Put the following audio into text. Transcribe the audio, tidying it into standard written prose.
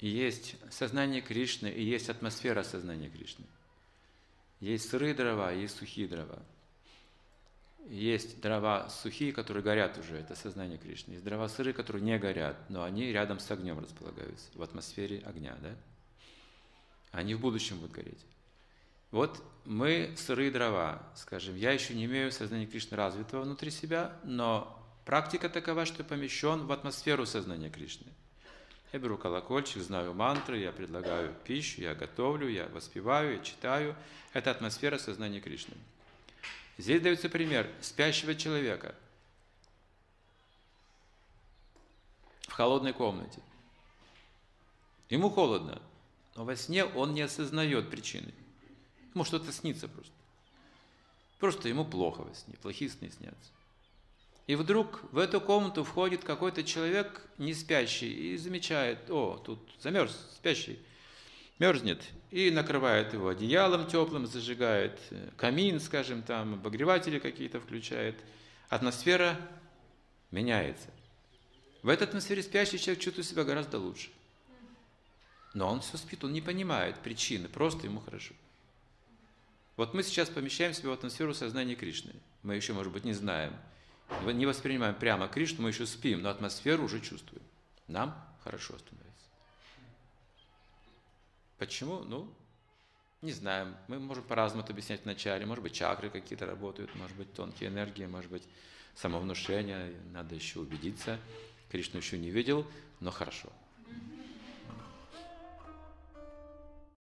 есть сознание Кришны и есть атмосфера сознания Кришны. Есть сырые дрова, есть сухие дрова. Есть дрова сухие, которые горят уже, это сознание Кришны. Есть дрова сырые, которые не горят, но они рядом с огнем располагаются, в атмосфере огня, да? Они в будущем будут гореть. Вот мы сырые дрова, скажем, я еще не имею сознания Кришны развитого внутри себя, но практика такова, что я помещен в атмосферу сознания Кришны. Я беру колокольчик, знаю мантры, я предлагаю пищу, я готовлю, я воспеваю, я читаю. Это атмосфера сознания Кришны. Здесь дается пример спящего человека в холодной комнате. Ему холодно, но во сне он не осознает причины. Ему что-то снится просто. Просто ему плохо во сне, плохие сны снятся. И вдруг в эту комнату входит какой-то человек не спящий и замечает: о, тут замерз, спящий, мерзнет, и накрывает его одеялом теплым, зажигает камин, скажем, там, обогреватели какие-то включает. Атмосфера меняется. В этой атмосфере спящий человек чувствует себя гораздо лучше. Но он все спит, он не понимает причины, просто ему хорошо. Вот мы сейчас помещаем себя в атмосферу сознания Кришны. Мы еще, может быть, не знаем, не воспринимаем прямо Кришну, мы еще спим, но атмосферу уже чувствуем. Нам хорошо становится. Почему? Ну, не знаем. Мы можем по-разному это объяснять вначале. Может быть, чакры какие-то работают, может быть, тонкие энергии, может быть, самовнушение. Надо еще убедиться. Кришну еще не видел, но хорошо.